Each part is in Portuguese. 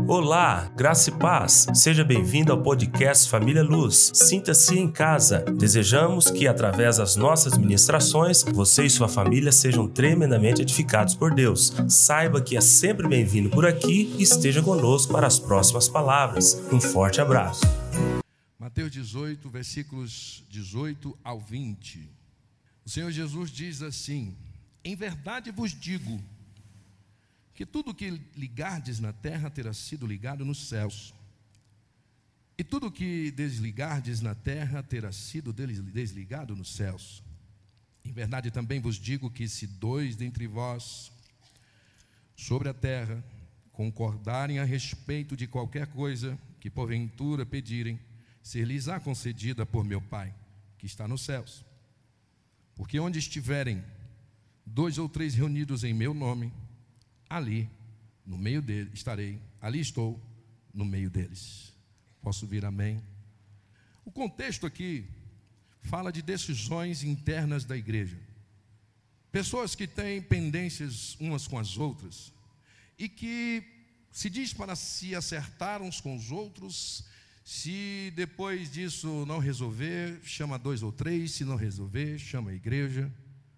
Olá, graça e paz. Seja bem-vindo ao podcast Família Luz. Sinta-se em casa. Desejamos que, através das nossas ministrações, você e sua família sejam tremendamente edificados por Deus. Saiba que é sempre bem-vindo por aqui e esteja conosco para as próximas palavras. Um forte abraço. Mateus 18, versículos 18 ao 20. O Senhor Jesus diz assim: em verdade vos digo que tudo que ligardes na terra terá sido ligado nos céus, e tudo que desligardes na terra terá sido desligado nos céus. Em verdade também vos digo que se dois dentre vós sobre a terra concordarem a respeito de qualquer coisa que porventura pedirem, ser-lhes-á concedida por meu Pai, que está nos céus. Porque onde estiverem dois ou três reunidos em meu nome, ali, no meio deles, estarei, ali estou, no meio deles. Posso ouvir amém? O contexto aqui fala de decisões internas da igreja. Pessoas que têm pendências umas com as outras e que se diz para se acertar uns com os outros. Se depois disso não resolver, chama dois ou três. Se não resolver, chama a igreja.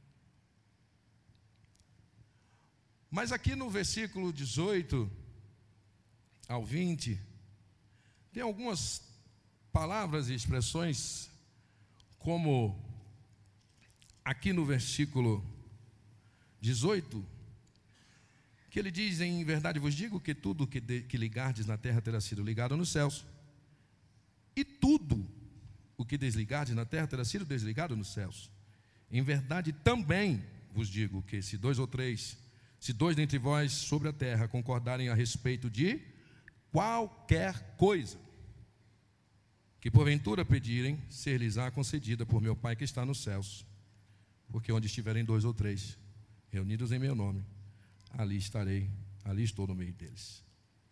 Mas aqui no versículo 18 ao 20, tem algumas palavras e expressões, como aqui no versículo 18, que ele diz: em verdade vos digo que tudo que ligardes na terra terá sido ligado nos céus, e tudo o que desligardes na terra terá sido desligado nos céus. Em verdade também vos digo que se dois dentre vós sobre a terra concordarem a respeito de qualquer coisa que porventura pedirem, ser-lhes-á concedida por meu Pai que está nos céus. Porque onde estiverem dois ou três reunidos em meu nome, ali estarei, ali estou no meio deles.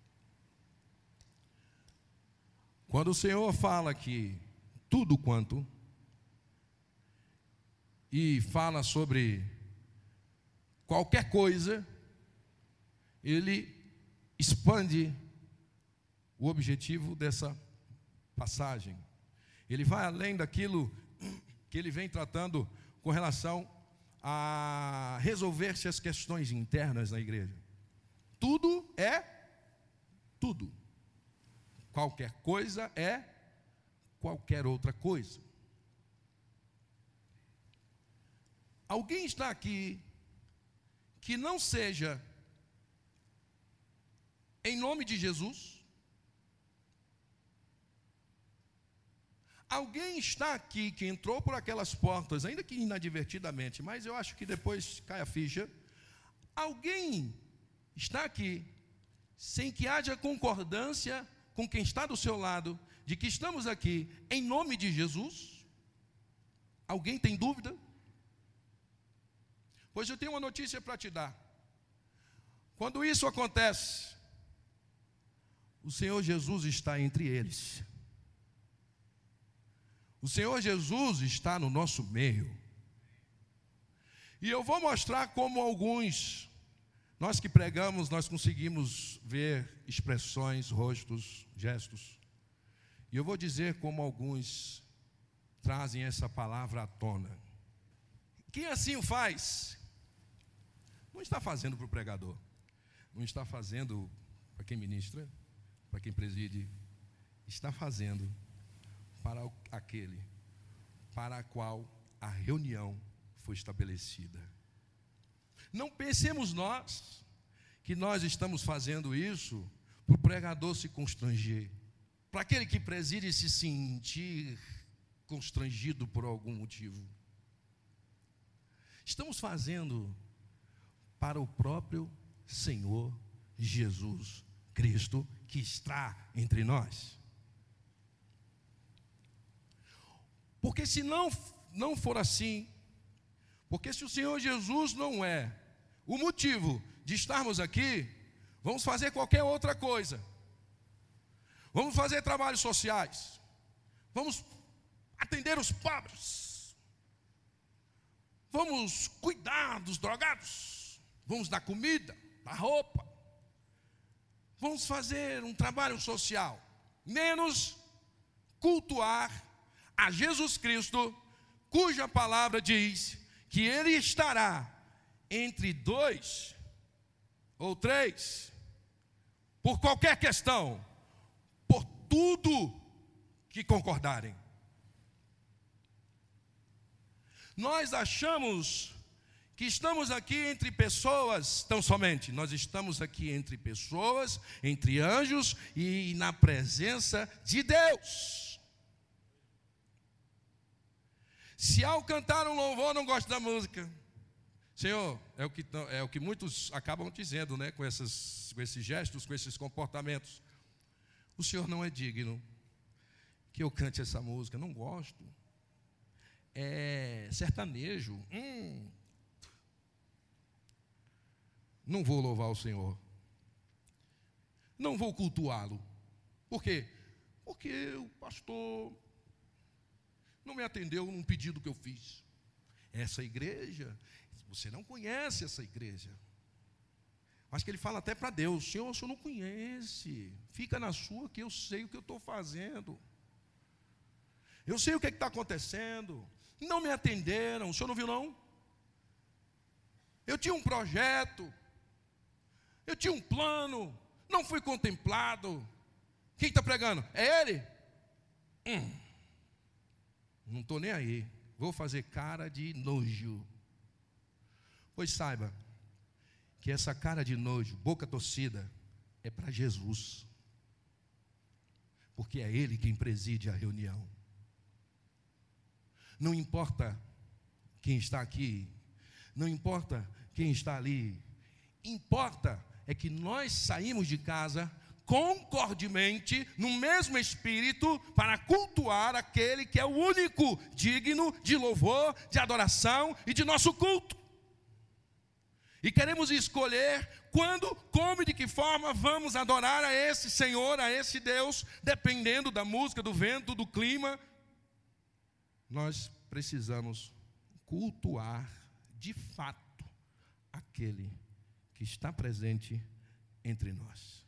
Quando o Senhor fala que tudo quanto, e fala sobre qualquer coisa, ele expande o objetivo dessa passagem. Ele vai além daquilo que ele vem tratando com relação a resolver-se as questões internas na igreja. Tudo é tudo. Qualquer coisa é qualquer outra coisa. Alguém está aqui que não seja em nome de Jesus? Alguém está aqui que entrou por aquelas portas, ainda que inadvertidamente, mas eu acho que depois cai a ficha. Alguém está aqui sem que haja concordância com quem está do seu lado, de que estamos aqui em nome de Jesus? Alguém tem dúvida? Pois eu tenho uma notícia para te dar. Quando isso acontece, o Senhor Jesus está entre eles. O Senhor Jesus está no nosso meio. E eu vou mostrar como nós que pregamos, nós conseguimos ver expressões, rostos, gestos. E eu vou dizer como alguns trazem essa palavra à tona. Quem assim o faz, não está fazendo para o pregador, não está fazendo para quem ministra, para quem preside, está fazendo para aquele para a qual a reunião foi estabelecida. Não pensemos nós que nós estamos fazendo isso para o pregador se constranger, para aquele que preside se sentir constrangido por algum motivo. Estamos fazendo para o próprio Senhor Jesus Cristo, que está entre nós. Porque se não for assim, porque se o Senhor Jesus não é o motivo de estarmos aqui, vamos fazer qualquer outra coisa. Vamos fazer trabalhos sociais, vamos atender os pobres, vamos cuidar dos drogados, vamos dar comida, dar roupa. vamos fazer um trabalho social, menos cultuar a Jesus Cristo, cuja palavra diz que Ele estará entre 2 ou 3, por qualquer questão, por tudo que concordarem. Nós achamos que estamos aqui entre pessoas, tão somente, nós estamos aqui entre pessoas, entre anjos e na presença de Deus. Se ao cantar um louvor não gosta da música, Senhor, é o que muitos acabam dizendo, né, com esses gestos, com esses comportamentos. O Senhor não é digno que eu cante essa música, não gosto. É sertanejo, não vou louvar o Senhor, não vou cultuá-lo. Por quê? Porque o pastor não me atendeu num pedido que eu fiz. Essa igreja, você não conhece essa igreja. Acho que ele fala até para Deus: Senhor, o senhor não conhece, fica na sua que eu sei o que eu estou fazendo. Eu sei o que está acontecendo. Não me atenderam, o senhor não viu não? Eu tinha um projeto, eu tinha um plano, não fui contemplado. Quem está pregando? É ele? Não estou nem aí, vou fazer cara de nojo. Pois saiba que essa cara de nojo, boca torcida, é para Jesus, porque é Ele quem preside a reunião. Não importa quem está aqui, não importa quem está ali, importa é que nós saímos de casa concordemente, no mesmo espírito, para cultuar aquele que é o único digno de louvor, de adoração e de nosso culto. E queremos escolher quando, como e de que forma vamos adorar a esse Senhor, a esse Deus, dependendo da música, do vento, do clima. Nós precisamos cultuar de fato aquele que está presente entre nós.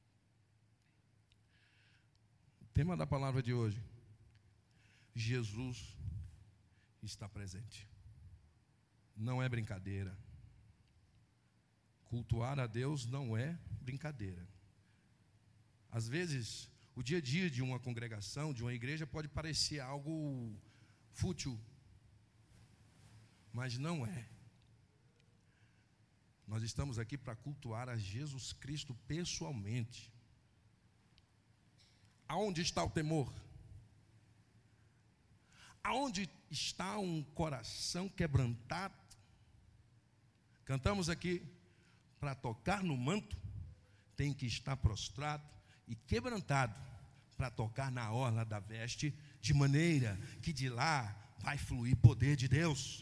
O tema da palavra de hoje: Jesus está presente. Não é brincadeira. Cultuar a Deus não é brincadeira. Às vezes, o dia a dia de uma congregação, de uma igreja, pode parecer algo fútil, mas não é. Nós estamos aqui para cultuar a Jesus Cristo pessoalmente. Aonde está o temor? Aonde está um coração quebrantado? Cantamos aqui: para tocar no manto, tem que estar prostrado e quebrantado, para tocar na orla da veste, de maneira que de lá vai fluir poder de Deus.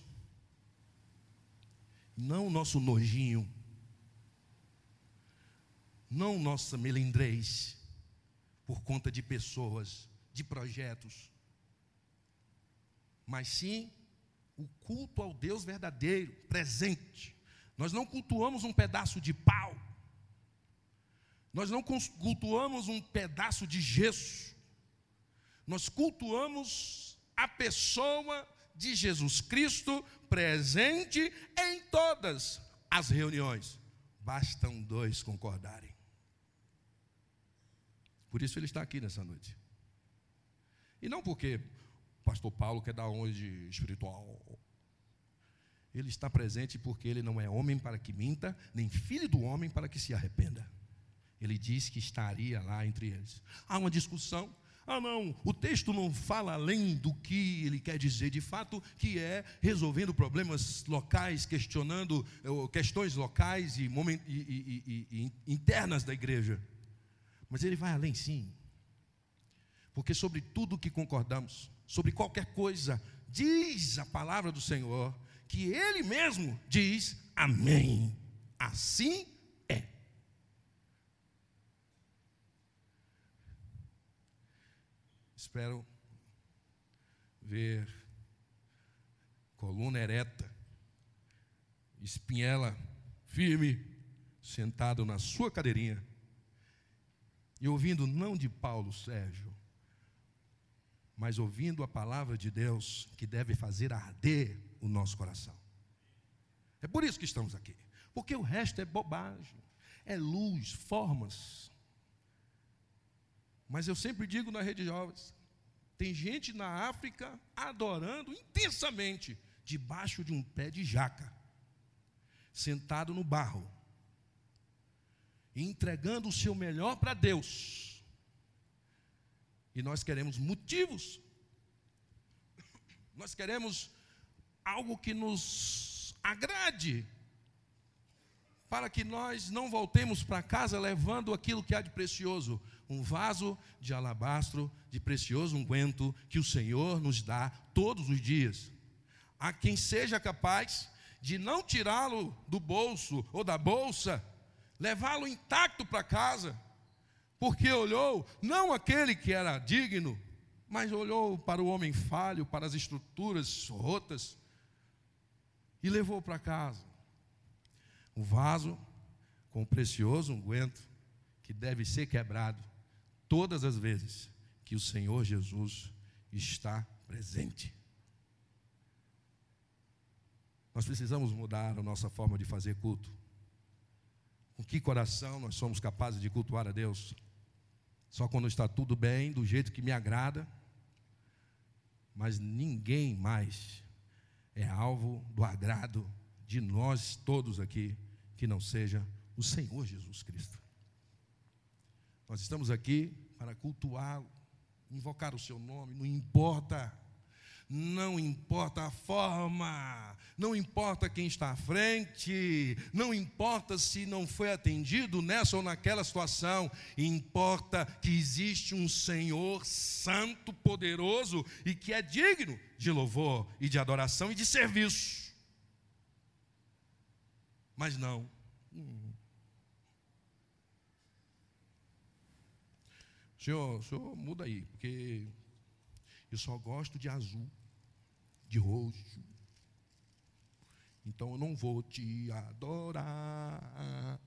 Não o nosso nojinho, não nossa melindrez, por conta de pessoas, de projetos, mas sim o culto ao Deus verdadeiro, presente. Nós não cultuamos um pedaço de pau, nós não cultuamos um pedaço de gesso, nós cultuamos a pessoa de Jesus Cristo presente em todas as reuniões. Bastam 2 concordarem. Por isso ele está aqui nessa noite. E não porque o pastor Paulo quer dar onde espiritual. Ele está presente porque ele não é homem para que minta, nem filho do homem para que se arrependa. Ele disse que estaria lá entre eles. Há uma discussão. Não, o texto não fala além do que ele quer dizer de fato, que é resolvendo problemas locais, questionando questões locais e internas da igreja. Mas ele vai além, sim. Porque sobre tudo que concordamos, sobre qualquer coisa, diz a palavra do Senhor, que Ele mesmo diz: amém. Assim é. Espero ver coluna ereta, espinhela firme, sentado na sua cadeirinha, e ouvindo não de Paulo Sérgio, mas ouvindo a palavra de Deus, que deve fazer arder o nosso coração. É por isso que estamos aqui, porque o resto é bobagem, é luz, formas. Mas eu sempre digo na Rede Jovens, tem gente na África adorando intensamente, debaixo de um pé de jaca, sentado no barro, e entregando o seu melhor para Deus. E nós queremos motivos, nós queremos algo que nos agrade, para que nós não voltemos para casa levando aquilo que há de precioso, um vaso de alabastro de precioso unguento que o Senhor nos dá todos os dias. Há quem seja capaz de não tirá-lo do bolso ou da bolsa, levá-lo intacto para casa, porque olhou não aquele que era digno, mas olhou para o homem falho, para as estruturas rotas, e levou para casa um vaso com o precioso unguento que deve ser quebrado todas as vezes que o Senhor Jesus está presente. Nós precisamos mudar a nossa forma de fazer culto. Com que coração nós somos capazes de cultuar a Deus? Só quando está tudo bem, do jeito que me agrada, mas ninguém mais é alvo do agrado de nós todos aqui, que não seja o Senhor Jesus Cristo. Nós estamos aqui para cultuá-lo, invocar o seu nome, não importa a forma, não importa quem está à frente, não importa se não foi atendido nessa ou naquela situação, importa que existe um Senhor santo, poderoso e que é digno de louvor e de adoração e de serviço. Mas não. Senhor, muda aí, porque eu só gosto de azul, de roxo. Então eu não vou te adorar.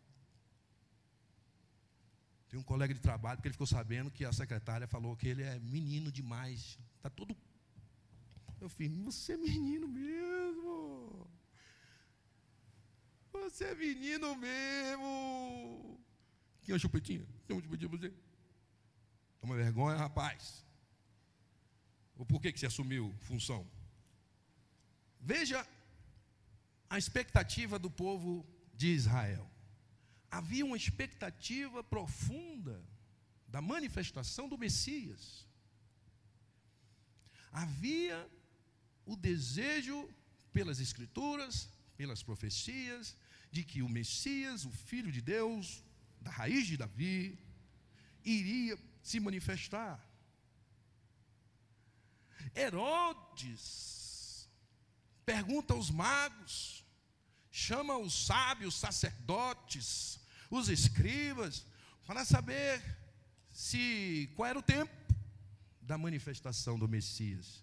Tem um colega de trabalho que ele ficou sabendo que a secretária falou que ele é menino demais. Está todo. Eu falei, você é menino mesmo. Você é menino mesmo. Quer uma chupetinha? Quer uma chupetinha para você? Toma vergonha, rapaz. Ou por que você assumiu função? Veja a expectativa do povo de Israel. Havia uma expectativa profunda da manifestação do Messias. Havia o desejo pelas Escrituras, pelas profecias, de que o Messias, o Filho de Deus, da raiz de Davi, iria se manifestar. Herodes pergunta aos magos, chama os sábios, sacerdotes, os escribas, para saber qual era o tempo da manifestação do Messias.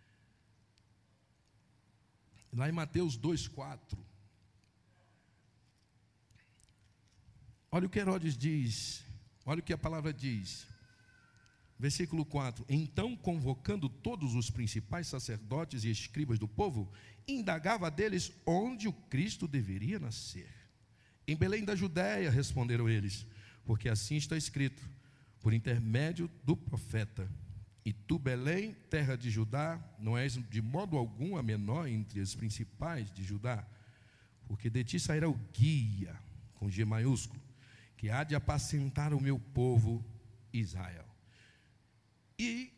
Lá em Mateus 2,4, olha o que Herodes diz, olha o que a palavra diz. Versículo 4: Então, convocando todos os principais sacerdotes e escribas do povo, indagava deles onde o Cristo deveria nascer. Em Belém da Judéia, responderam eles, porque assim está escrito, por intermédio do profeta: E tu, Belém, terra de Judá, não és de modo algum a menor entre as principais de Judá, porque de ti sairá o guia, com G maiúsculo, que há de apacentar o meu povo Israel. E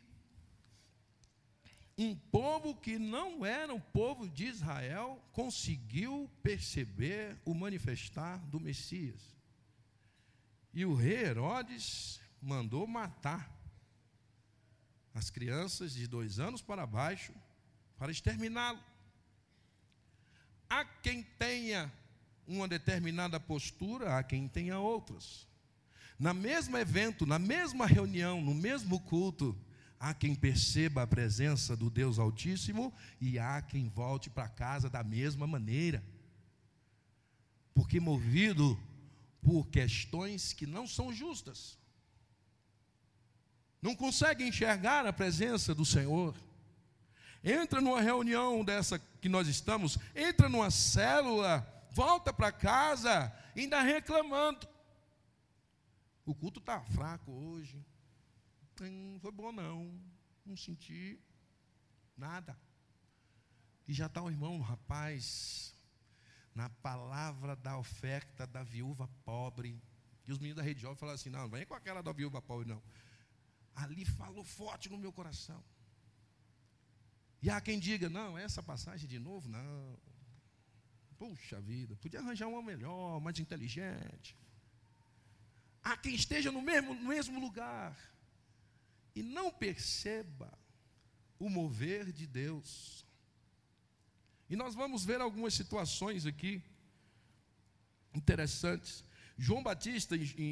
um povo que não era o povo de Israel conseguiu perceber o manifestar do Messias. E o rei Herodes mandou matar as crianças de 2 anos para baixo para exterminá-lo. Há quem tenha uma determinada postura, há quem tenha outras. No mesmo evento, na mesma reunião, no mesmo culto, há quem perceba a presença do Deus Altíssimo e há quem volte para casa da mesma maneira. Porque movido por questões que não são justas, não consegue enxergar a presença do Senhor. Entra numa reunião dessa que nós estamos, entra numa célula, volta para casa, ainda reclamando. O culto está fraco hoje. Não foi bom não senti nada. E já está o irmão, rapaz, na palavra da oferta da viúva pobre. E os meninos da Rede Jovem falaram assim, não vem com aquela da viúva pobre não. Ali falou forte no meu coração. E há quem diga, não, essa passagem de novo, não. Puxa vida, podia arranjar uma melhor, mais inteligente. Há quem esteja no mesmo lugar e não perceba o mover de Deus. E nós vamos ver algumas situações aqui interessantes. João Batista,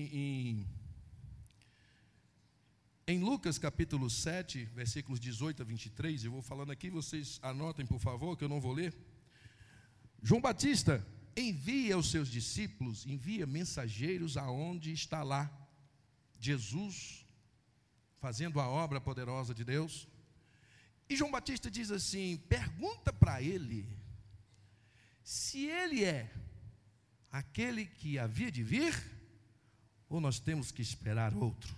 em Lucas capítulo 7, versículos 18 a 23, eu vou falando aqui, vocês anotem por favor, que eu não vou ler. João Batista envia os seus discípulos, envia mensageiros aonde está lá Jesus, fazendo a obra poderosa de Deus. E João Batista diz assim, pergunta para ele, se ele é aquele que havia de vir, ou nós temos que esperar outro.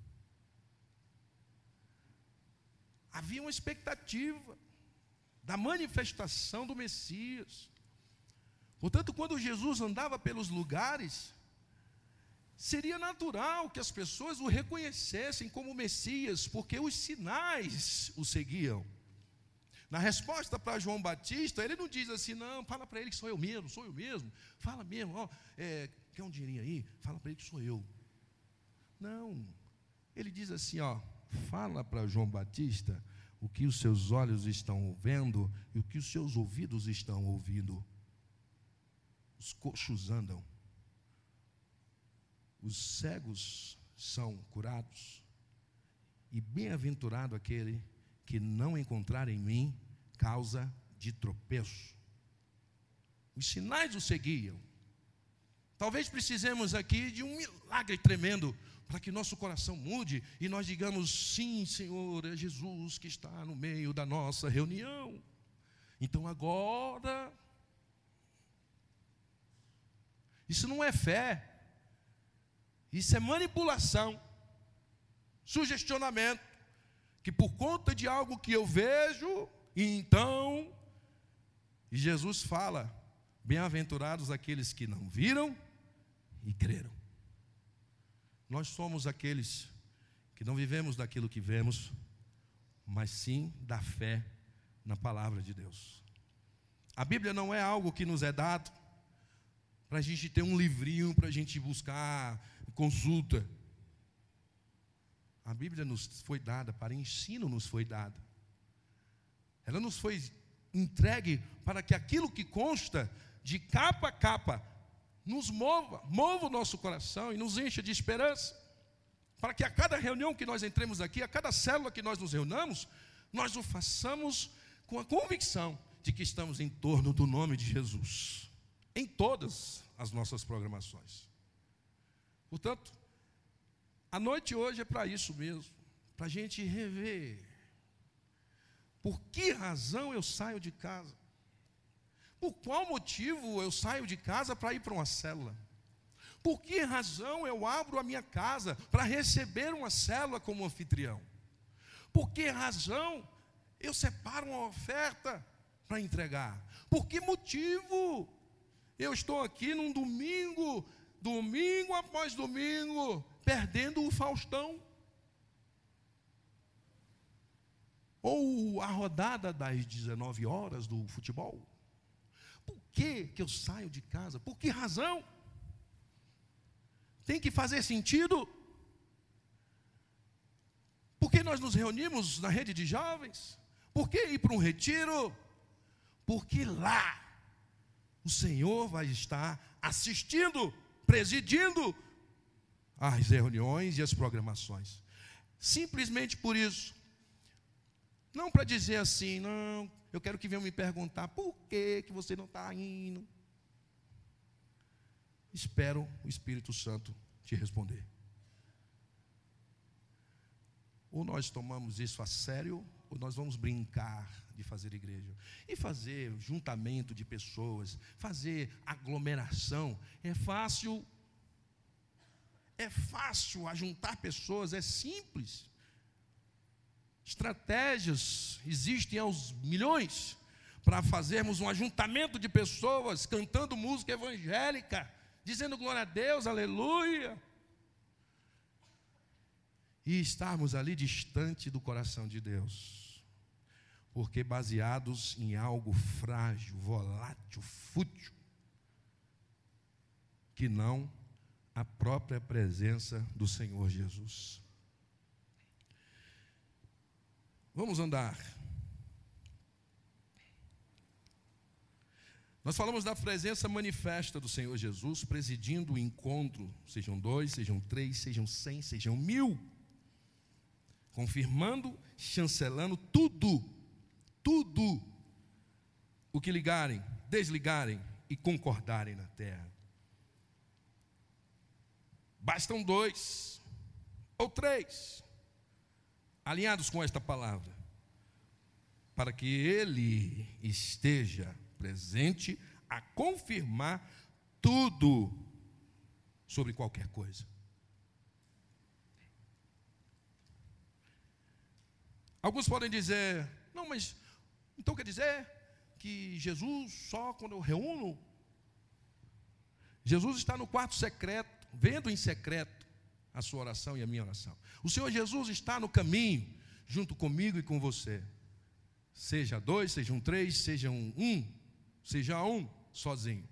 Havia uma expectativa da manifestação do Messias. Portanto, quando Jesus andava pelos lugares, seria natural que as pessoas o reconhecessem como Messias, porque os sinais o seguiam. Na resposta para João Batista, ele não diz assim, não, fala para ele que sou eu mesmo, fala mesmo, ó, quer um dinheirinho aí? Fala para ele que sou eu. Não, ele diz assim, ó, fala para João Batista o que os seus olhos estão vendo e o que os seus ouvidos estão ouvindo. Os coxos andam, os cegos são curados, e bem-aventurado aquele que não encontrar em mim causa de tropeço. Os sinais o seguiam. Talvez precisemos aqui de um milagre tremendo para que nosso coração mude e nós digamos, sim, Senhor, é Jesus que está no meio da nossa reunião. Então agora, isso não é fé, isso é manipulação, sugestionamento, que por conta de algo que eu vejo, então, e Jesus fala, bem-aventurados aqueles que não viram e creram. Nós somos aqueles que não vivemos daquilo que vemos, mas sim da fé na palavra de Deus. A Bíblia não é algo que nos é dado para a gente ter um livrinho, para a gente buscar consulta. A Bíblia nos foi dada, para ensino nos foi dada. Ela nos foi entregue para que aquilo que consta de capa a capa nos mova o nosso coração e nos encha de esperança. Para que a cada reunião que nós entremos aqui, a cada célula que nós nos reunamos, nós o façamos com a convicção de que estamos em torno do nome de Jesus, em todas as nossas programações. Portanto, a noite hoje é para isso mesmo, para a gente rever. Por que razão eu saio de casa? Por qual motivo eu saio de casa para ir para uma célula? Por que razão eu abro a minha casa para receber uma célula como anfitrião? Por que razão eu separo uma oferta para entregar? Por que motivo eu estou aqui num domingo após domingo, perdendo o Faustão? Ou a rodada das 19 horas do futebol? Por que eu saio de casa? Por que razão? Tem que fazer sentido? Por que nós nos reunimos na rede de jovens? Por que ir para um retiro? Porque lá o Senhor vai estar assistindo, presidindo as reuniões e as programações. Simplesmente por isso. Não para dizer assim, não, eu quero que venham me perguntar, por que você não está indo? Espero o Espírito Santo te responder. ou nós tomamos isso a sério, ou nós vamos brincar de fazer igreja. E fazer juntamento de pessoas, fazer aglomeração, é fácil ajuntar pessoas, é simples. Estratégias existem aos milhões para fazermos um ajuntamento de pessoas cantando música evangélica, dizendo glória a Deus, aleluia, e estarmos ali distante do coração de Deus, porque baseados em algo frágil, volátil, fútil, que não a própria presença do Senhor Jesus. Vamos andar. Nós falamos da presença manifesta do Senhor Jesus, presidindo o encontro, sejam 2, sejam 3, sejam 100, sejam 1000, confirmando, chancelando tudo o que ligarem, desligarem e concordarem na terra. Bastam 2 ou 3 alinhados com esta palavra, para que Ele esteja presente a confirmar tudo sobre qualquer coisa. Alguns podem dizer, não, mas então quer dizer que Jesus só quando eu reúno? Jesus está no quarto secreto, vendo em secreto a sua oração e a minha oração. O Senhor Jesus está no caminho, junto comigo e com você. Seja 2, sejam 3, seja um sozinho.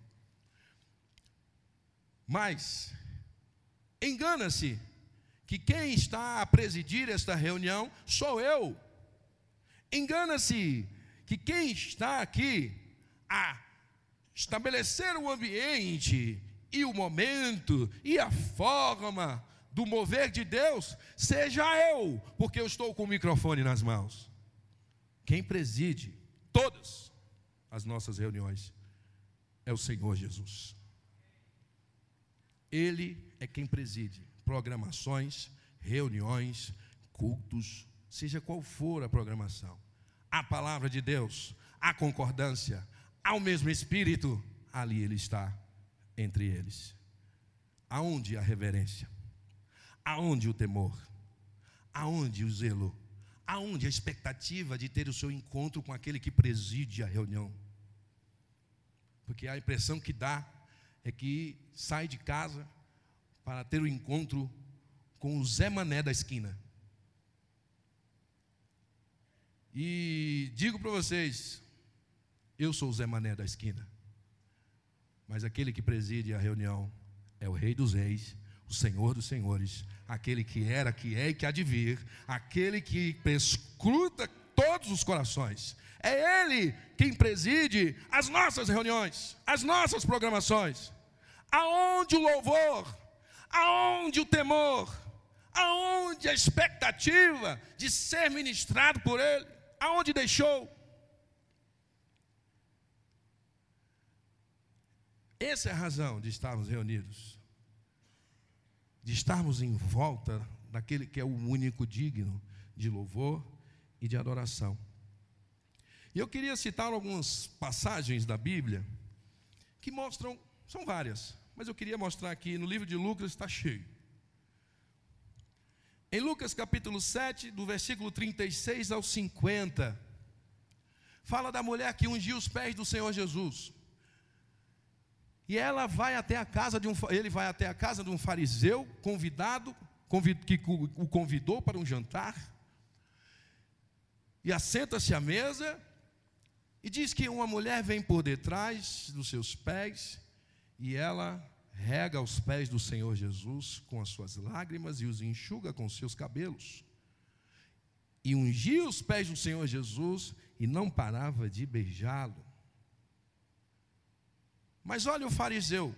Mas engana-se que quem está a presidir esta reunião sou eu. Engana-se que quem está aqui a estabelecer o ambiente e o momento e a forma do mover de Deus seja eu, porque eu estou com o microfone nas mãos. Quem preside todas as nossas reuniões é o Senhor Jesus. Ele é quem preside programações, reuniões, cultos, seja qual for a programação. A palavra de Deus, a concordância, ao mesmo Espírito, ali Ele está entre eles. Aonde a reverência? Aonde o temor? Aonde o zelo? Aonde a expectativa de ter o seu encontro com aquele que preside a reunião? Porque a impressão que dá é que sai de casa para ter o encontro com o Zé Mané da esquina. E digo para vocês, eu sou o Zé Mané da esquina, mas aquele que preside a reunião é o Rei dos Reis, o Senhor dos Senhores, aquele que era, que é e que há de vir, aquele que perscruta todos os corações. É Ele quem preside as nossas reuniões, as nossas programações. Aonde o louvor, aonde o temor, aonde a expectativa de ser ministrado por Ele, aonde deixou. Essa é a razão de estarmos reunidos, de estarmos em volta daquele que é o único digno de louvor e de adoração. E eu queria citar algumas passagens da Bíblia que mostram, são várias, mas eu queria mostrar aqui no livro de Lucas, está cheio. Em Lucas capítulo 7, do versículo 36 ao 50, fala da mulher que ungiu os pés do Senhor Jesus. E ela vai até a casa ele vai até a casa de um fariseu que o convidou para um jantar. E assenta-se à mesa e diz que uma mulher vem por detrás dos seus pés e ela rega os pés do Senhor Jesus com as suas lágrimas e os enxuga com os seus cabelos. E ungia os pés do Senhor Jesus e não parava de beijá-lo. Mas olha o fariseu.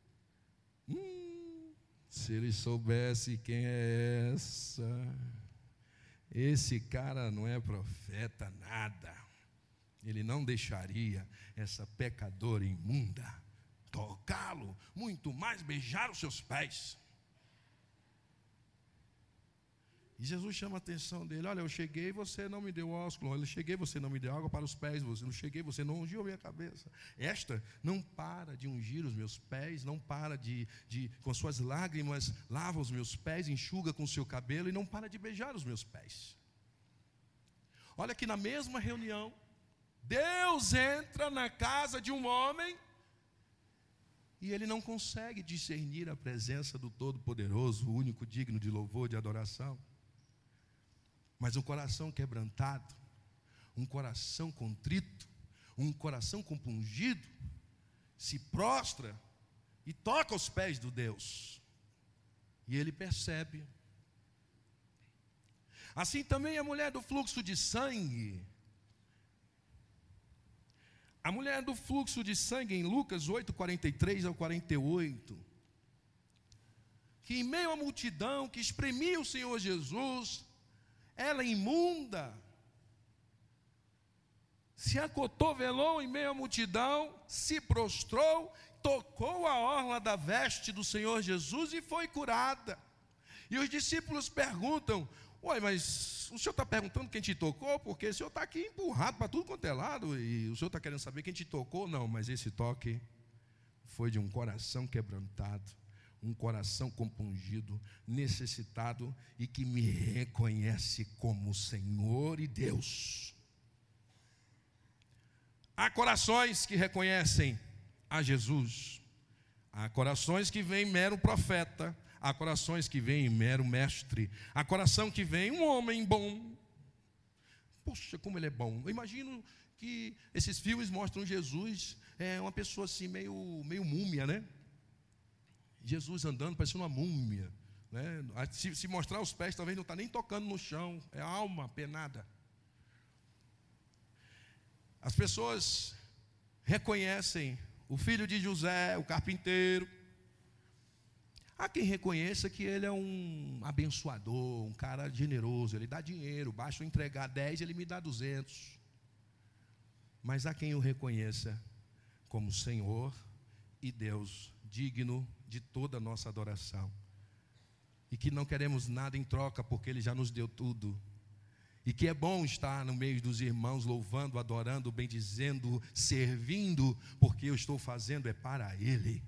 Se ele soubesse quem é essa, esse cara não é profeta nada. Ele não deixaria essa pecadora imunda tocá-lo, muito mais beijar os seus pés. E Jesus chama a atenção dele: olha, eu cheguei e você não me deu ósculo. Eu cheguei, você não me deu água para os pés. Eu não cheguei, você não ungiu a minha cabeça. Esta não para de ungir os meus pés, não para de com suas lágrimas, lava os meus pés, enxuga com o seu cabelo e não para de beijar os meus pés. Olha que na mesma reunião, Deus entra na casa de um homem e ele não consegue discernir a presença do Todo-Poderoso, o único digno de louvor, de adoração. Mas um coração quebrantado, um coração contrito, um coração compungido, se prostra e toca aos pés do Deus. E ele percebe. Assim também a mulher do fluxo de sangue. A mulher do fluxo de sangue, em Lucas 8, 43 ao 48, que em meio à multidão que espremia o Senhor Jesus, ela imunda, se acotovelou em meio à multidão, se prostrou, tocou a orla da veste do Senhor Jesus e foi curada. E os discípulos perguntam: ué, mas o senhor está perguntando quem te tocou? Porque o senhor está aqui empurrado para tudo quanto é lado, e o senhor está querendo saber quem te tocou? Não, mas esse toque foi de um coração quebrantado, um coração compungido, necessitado e que me reconhece como Senhor e Deus. Há corações que reconhecem a Jesus, há corações que veem mero profeta, há corações que veem mero mestre, há coração que vem um homem bom. Poxa, como ele é bom. Eu imagino que esses filmes mostram Jesus, uma pessoa assim meio múmia, né? Jesus andando parecendo uma múmia, né? Se mostrar os pés, talvez não está nem tocando no chão, é a alma penada. As pessoas reconhecem o filho de José, o carpinteiro. Há quem reconheça que ele é um abençoador, um cara generoso, ele dá dinheiro, basta eu entregar 10, ele me dá 200. Mas há quem o reconheça como Senhor e Deus, digno de toda a nossa adoração, e que não queremos nada em troca, porque Ele já nos deu tudo, e que é bom estar no meio dos irmãos, louvando, adorando, bendizendo, servindo, porque eu estou fazendo para Ele.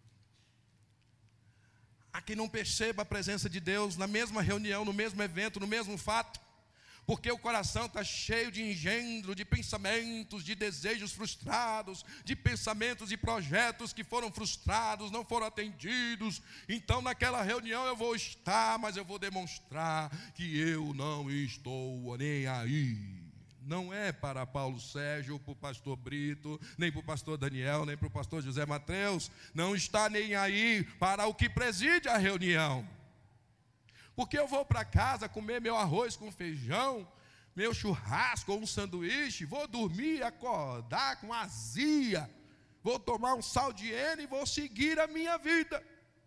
Há quem não perceba a presença de Deus na mesma reunião, no mesmo evento, no mesmo fato, porque o coração está cheio de engendro, de pensamentos, de desejos frustrados, de pensamentos e projetos que foram frustrados, não foram atendidos. Então naquela reunião eu vou estar, mas eu vou demonstrar que eu não estou nem aí. Não é para Paulo Sérgio, para o pastor Brito, nem para o pastor Daniel, nem para o pastor José Mateus. Não está nem aí para o que preside a reunião. Porque eu vou para casa comer meu arroz com feijão, meu churrasco ou um sanduíche, vou dormir, acordar com azia, vou tomar um sal de N e vou seguir a minha vida.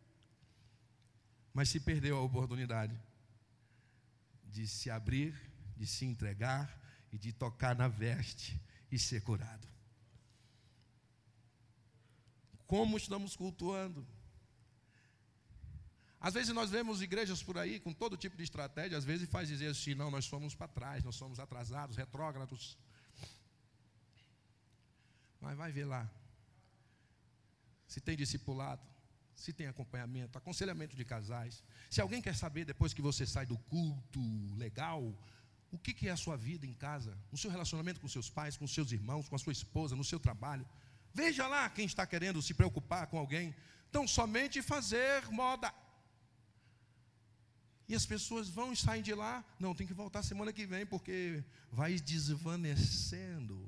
Mas se perdeu a oportunidade de se abrir, de se entregar e de tocar na veste e ser curado. Como estamos cultuando? Às vezes nós vemos igrejas por aí com todo tipo de estratégia, às vezes faz dizer assim: não, nós somos para trás, nós somos atrasados, retrógrados. Mas vai ver lá, se tem discipulado, se tem acompanhamento, aconselhamento de casais. Se alguém quer saber depois que você sai do culto legal, o que é a sua vida em casa, o seu relacionamento com seus pais, com seus irmãos, com a sua esposa, no seu trabalho, veja lá quem está querendo se preocupar com alguém. Então somente fazer moda. E as pessoas vão e saem de lá. Não, tem que voltar semana que vem, porque vai desvanecendo.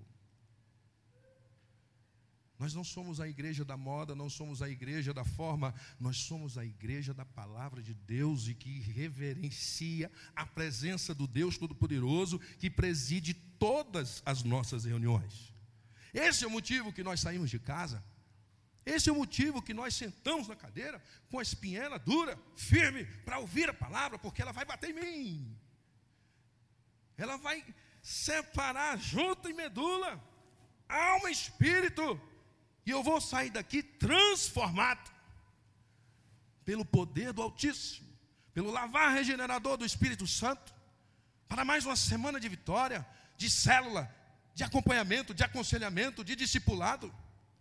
Nós não somos a igreja da moda, não somos a igreja da forma, nós somos a igreja da palavra de Deus e que reverencia a presença do Deus Todo-Poderoso que preside todas as nossas reuniões. Esse é o motivo que nós saímos de casa. Esse é o motivo que nós sentamos na cadeira com a espinhela dura, firme, para ouvir a palavra, porque ela vai bater em mim. Ela vai separar junta e medula, alma e espírito, e eu vou sair daqui transformado pelo poder do Altíssimo, pelo lavar regenerador do Espírito Santo, para mais uma semana de vitória, de célula, de acompanhamento, de aconselhamento, de discipulado.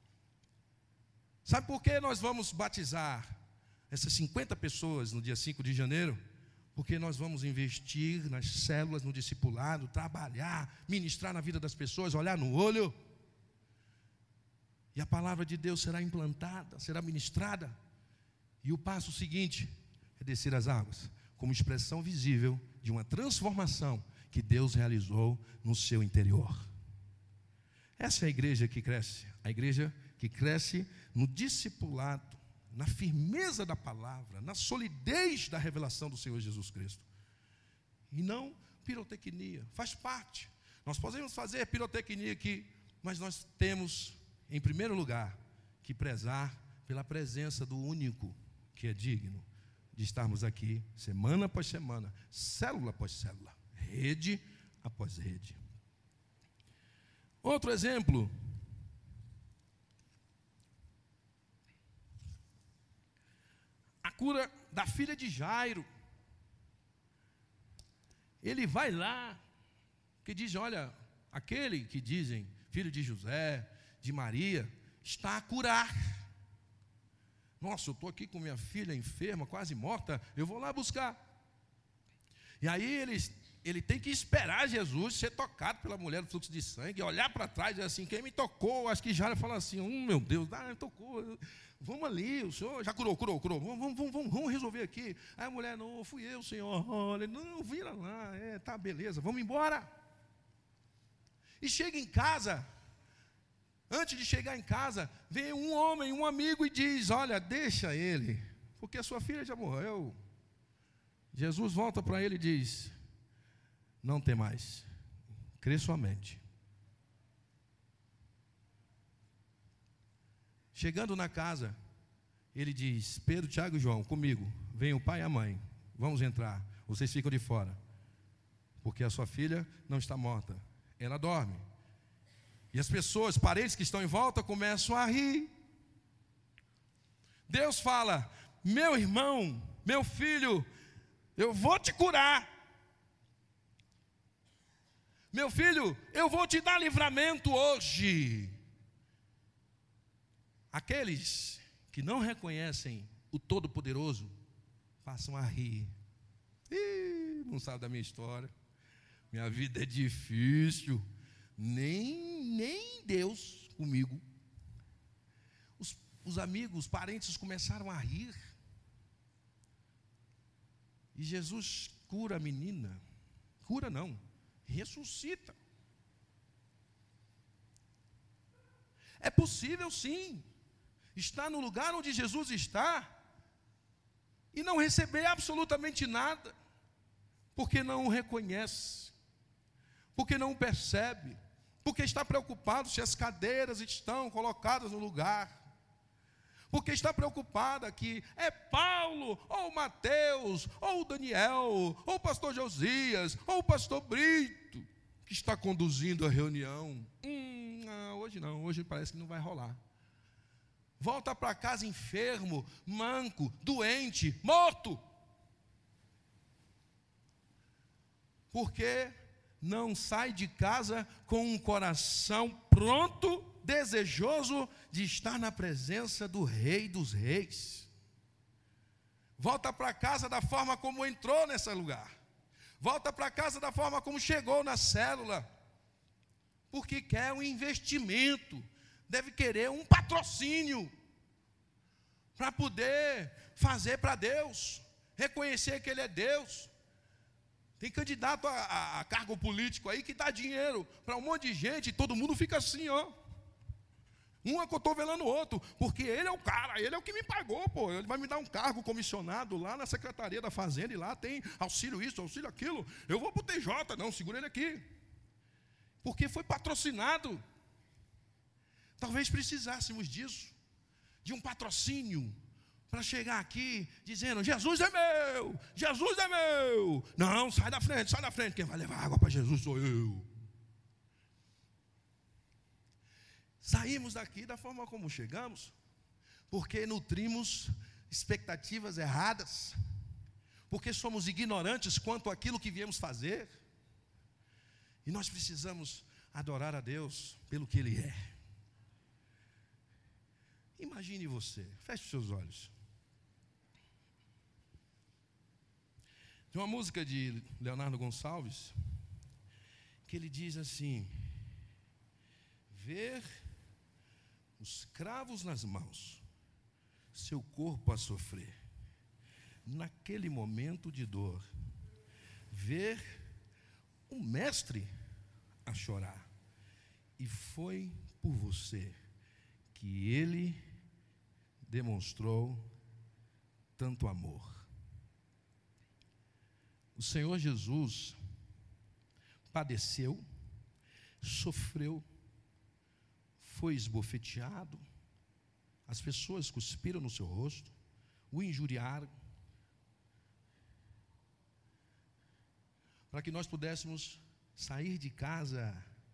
Sabe por que nós vamos batizar essas 50 pessoas no dia 5 de janeiro? Porque nós vamos investir nas células, no discipulado, trabalhar, ministrar na vida das pessoas, olhar no olho. E a palavra de Deus será implantada, será ministrada. E o passo seguinte é descer as águas, como expressão visível de uma transformação que Deus realizou no seu interior. Essa é a igreja que cresce. A igreja que cresce no discipulado, na firmeza da palavra, na solidez da revelação do Senhor Jesus Cristo. E não pirotecnia, faz parte. Nós podemos fazer pirotecnia aqui, mas nós temos, em primeiro lugar, que prezar pela presença do único que é digno de estarmos aqui, semana após semana, célula após célula, rede após rede. Outro exemplo, a cura da filha de Jairo. Ele vai lá, que diz, olha, aquele que dizem, filho de José, de Maria, está a curar. Nossa, eu estou aqui com minha filha enferma, quase morta, eu vou lá buscar. E aí ele tem que esperar Jesus ser tocado pela mulher do fluxo de sangue, olhar para trás e dizer assim, quem me tocou? Acho que Jairo fala assim, meu Deus, me tocou, vamos ali, o senhor já curou, vamos resolver aqui. Aí a mulher, não, fui eu, senhor, olha, não, vira lá, tá, beleza, vamos embora. E chega em casa, antes de chegar em casa, vem um homem, um amigo e diz, olha, deixa ele, porque a sua filha já morreu. Jesus volta para ele e diz, não tem mais, crê somente. Chegando na casa, ele diz, Pedro, Tiago e João, comigo, vem o pai e a mãe, vamos entrar, vocês ficam de fora, porque a sua filha não está morta, ela dorme. E as pessoas, parentes que estão em volta, começam a rir. Deus fala, meu irmão, meu filho, eu vou te curar. Meu filho, eu vou te dar livramento hoje. Aqueles que não reconhecem o Todo-Poderoso, passam a rir. Não sabe da minha história. Minha vida é difícil. Nem Deus comigo. Os amigos, os parentes começaram a rir. E Jesus cura a menina. Cura não, ressuscita. É possível sim, estar no lugar onde Jesus está e não receber absolutamente nada, porque não o reconhece, porque não o percebe, porque está preocupado se as cadeiras estão colocadas no lugar, porque está preocupada que é Paulo, ou Mateus, ou Daniel, ou o pastor Josias, ou o pastor Brito, que está conduzindo a reunião. Hoje não, hoje parece que não vai rolar. Volta para casa enfermo, manco, doente, morto. Porque não sai de casa com um coração pronto, desejoso de estar na presença do Rei dos Reis. Volta para casa da forma como entrou nesse lugar. Volta para casa da forma como chegou na célula. Porque quer um investimento, deve querer um patrocínio para poder fazer para Deus, reconhecer que Ele é Deus. Tem candidato a cargo político aí que dá dinheiro para um monte de gente e todo mundo fica assim, ó. Um acotovelando o outro, porque ele é o cara, ele é o que me pagou, pô. Ele vai me dar um cargo comissionado lá na Secretaria da Fazenda e lá tem auxílio isso, auxílio aquilo. Eu vou para o TJ, não, segura ele aqui. Porque foi patrocinado. Talvez precisássemos disso, de um patrocínio, para chegar aqui dizendo, Jesus é meu, Jesus é meu. Não, sai da frente, quem vai levar água para Jesus sou eu. Saímos daqui da forma como chegamos, porque nutrimos expectativas erradas, porque somos ignorantes quanto àquilo que viemos fazer. E nós precisamos adorar a Deus pelo que Ele é. Imagine você, feche os seus olhos. Tem uma música de Leonardo Gonçalves, que ele diz assim: ver os cravos nas mãos, seu corpo a sofrer, naquele momento de dor, ver o mestre a chorar, e foi por você que ele demonstrou tanto amor. O Senhor Jesus padeceu, sofreu, foi esbofeteado, as pessoas cuspiram no seu rosto, o injuriaram, para que nós pudéssemos sair de casa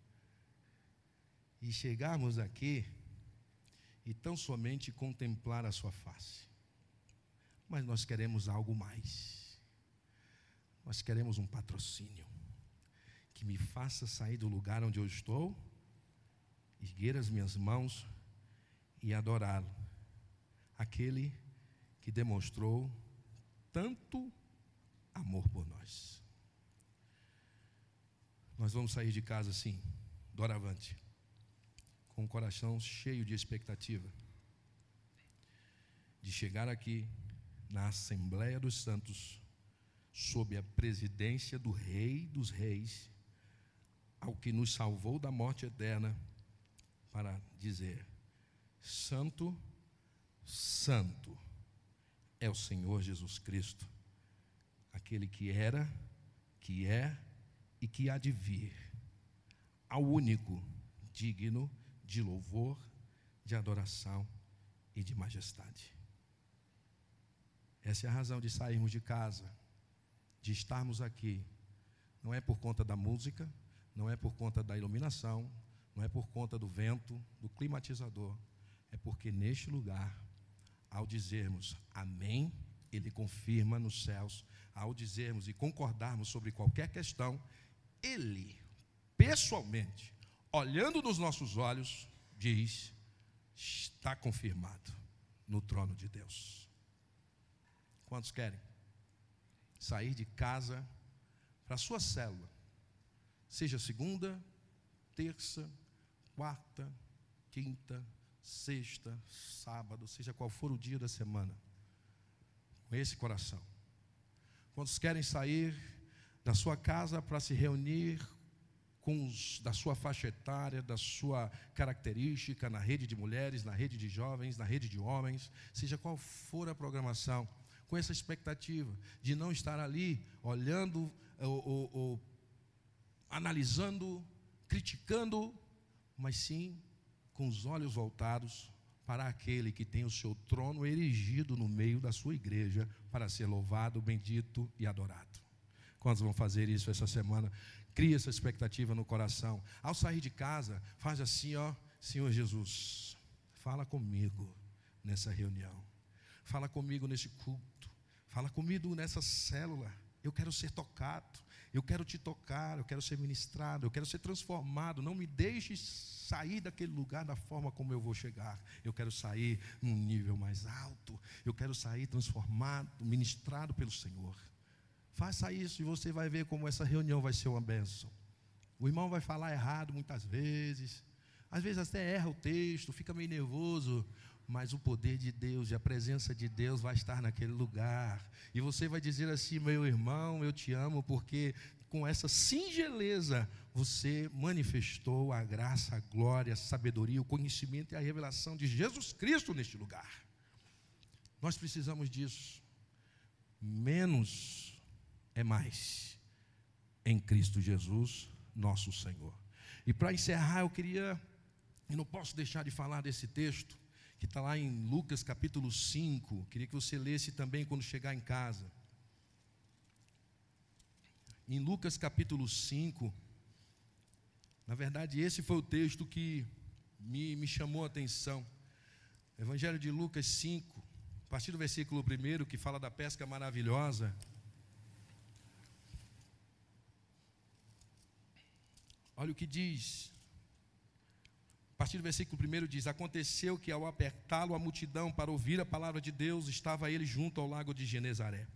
e chegarmos aqui e tão somente contemplar a sua face. Mas nós queremos algo mais. Nós queremos um patrocínio que me faça sair do lugar onde eu estou, erguer as minhas mãos e adorá-lo, aquele que demonstrou tanto amor por nós. Nós vamos sair de casa assim, doravante, com o coração cheio de expectativa de chegar aqui na Assembleia dos Santos, sob a presidência do Rei dos Reis, ao que nos salvou da morte eterna, para dizer: Santo, Santo é o Senhor Jesus Cristo, aquele que era, que é e que há de vir, ao único digno de louvor, de adoração e de majestade. Essa é a razão de sairmos de casa, de estarmos aqui. Não é por conta da música, não é por conta da iluminação, não é por conta do vento, do climatizador. É porque neste lugar, ao dizermos amém, Ele confirma nos céus. Ao dizermos e concordarmos sobre qualquer questão, Ele, pessoalmente, olhando nos nossos olhos, diz: está confirmado no trono de Deus. Quantos querem sair de casa para a sua célula, seja segunda, terça, quarta, quinta, sexta, sábado, seja qual for o dia da semana, com esse coração? Quantos querem sair da sua casa para se reunir com os da sua faixa etária, da sua característica, na rede de mulheres, na rede de jovens, na rede de homens, seja qual for a programação, com essa expectativa de não estar ali olhando, ou analisando, criticando, mas sim com os olhos voltados para aquele que tem o seu trono erigido no meio da sua igreja para ser louvado, bendito e adorado. Quantos vão fazer isso essa semana? Cria essa expectativa no coração. Ao sair de casa, faz assim, ó: Senhor Jesus, fala comigo nessa reunião, fala comigo nesse culto, fala comigo nessa célula. Eu quero ser tocado, eu quero te tocar, eu quero ser ministrado, eu quero ser transformado. Não me deixe sair daquele lugar da forma como eu vou chegar. Eu quero sair num nível mais alto, eu quero sair transformado, ministrado pelo Senhor. Faça isso e você vai ver como essa reunião vai ser uma bênção. O irmão vai falar errado muitas vezes, às vezes até erra o texto, fica meio nervoso, mas o poder de Deus e a presença de Deus vai estar naquele lugar. E você vai dizer assim: meu irmão, eu te amo, porque com essa singeleza você manifestou a graça, a glória, a sabedoria, o conhecimento e a revelação de Jesus Cristo neste lugar. Nós precisamos disso. Menos é mais em Cristo Jesus, nosso Senhor. E para encerrar, eu não posso deixar de falar desse texto que está lá em Lucas capítulo 5, queria que você lesse também quando chegar em casa. Em Lucas capítulo 5, na verdade esse foi o texto que me chamou a atenção. Evangelho de Lucas 5, a partir do versículo 1, que fala da pesca maravilhosa. Olha o que diz. A partir do versículo 1 diz: aconteceu que ao apertá-lo a multidão para ouvir a palavra de Deus, estava ele junto ao lago de Genezaré.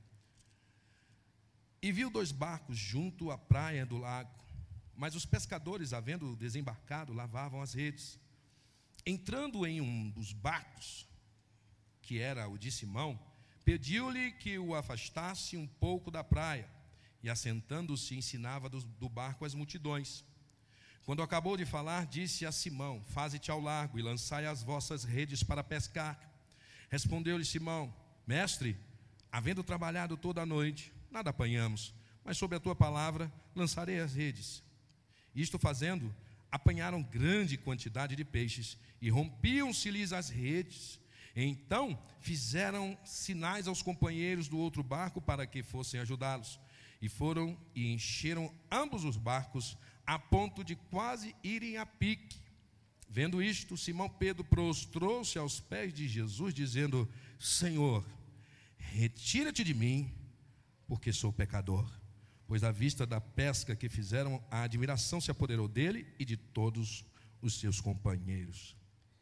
E viu 2 barcos junto à praia do lago, mas os pescadores, havendo desembarcado, lavavam as redes. Entrando em um dos barcos, que era o de Simão, pediu-lhe que o afastasse um pouco da praia, e assentando-se ensinava do barco as multidões. Quando acabou de falar, disse a Simão: faze-te ao largo e lançai as vossas redes para pescar. Respondeu-lhe Simão: mestre, havendo trabalhado toda a noite, nada apanhamos, mas sob a tua palavra lançarei as redes. Isto fazendo, apanharam grande quantidade de peixes, e rompiam-se-lhes as redes. Então fizeram sinais aos companheiros do outro barco para que fossem ajudá-los. E foram e encheram ambos os barcos, a ponto de quase irem a pique. Vendo isto, Simão Pedro prostrou-se aos pés de Jesus, dizendo: Senhor, retira-te de mim, porque sou pecador. Pois à vista da pesca que fizeram, a admiração se apoderou dele e de todos os seus companheiros.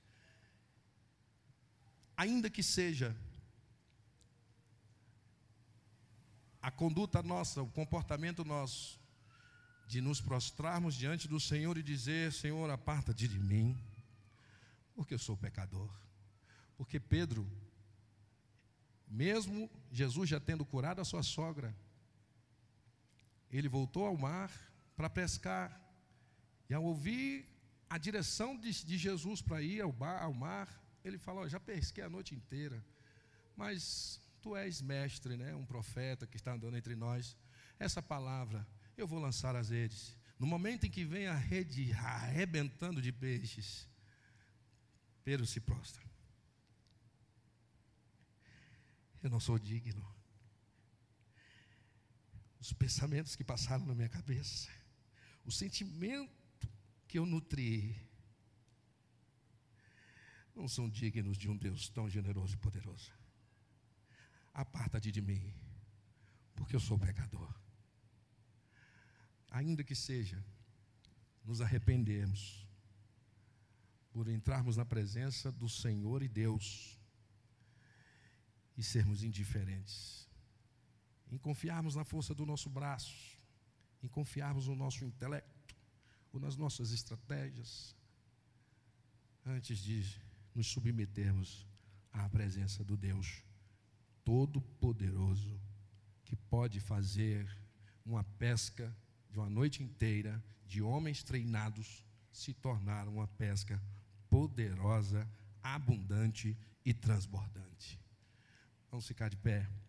Ainda que seja a conduta nossa, o comportamento nosso, de nos prostrarmos diante do Senhor e dizer: Senhor, aparta-te de mim, porque eu sou pecador. Porque Pedro, mesmo Jesus já tendo curado a sua sogra, ele voltou ao mar para pescar, e ao ouvir a direção de Jesus para ir ao mar, ele falou: já pesquei a noite inteira, mas tu és mestre, né? Um profeta que está andando entre nós, essa palavra, eu vou lançar as redes. No momento em que vem a rede arrebentando de peixes, Pedro se prostra: eu não sou digno. Os pensamentos que passaram na minha cabeça, o sentimento que eu nutri, não são dignos de um Deus tão generoso e poderoso. Aparta-te de mim, porque eu sou pecador. Ainda que seja nos arrependermos por entrarmos na presença do Senhor e Deus e sermos indiferentes, em confiarmos na força do nosso braço, em confiarmos no nosso intelecto, ou nas nossas estratégias, antes de nos submetermos à presença do Deus Todo-Poderoso, que pode fazer uma pesca de uma noite inteira, de homens treinados, se tornar uma pesca poderosa, abundante e transbordante. Vamos ficar de pé.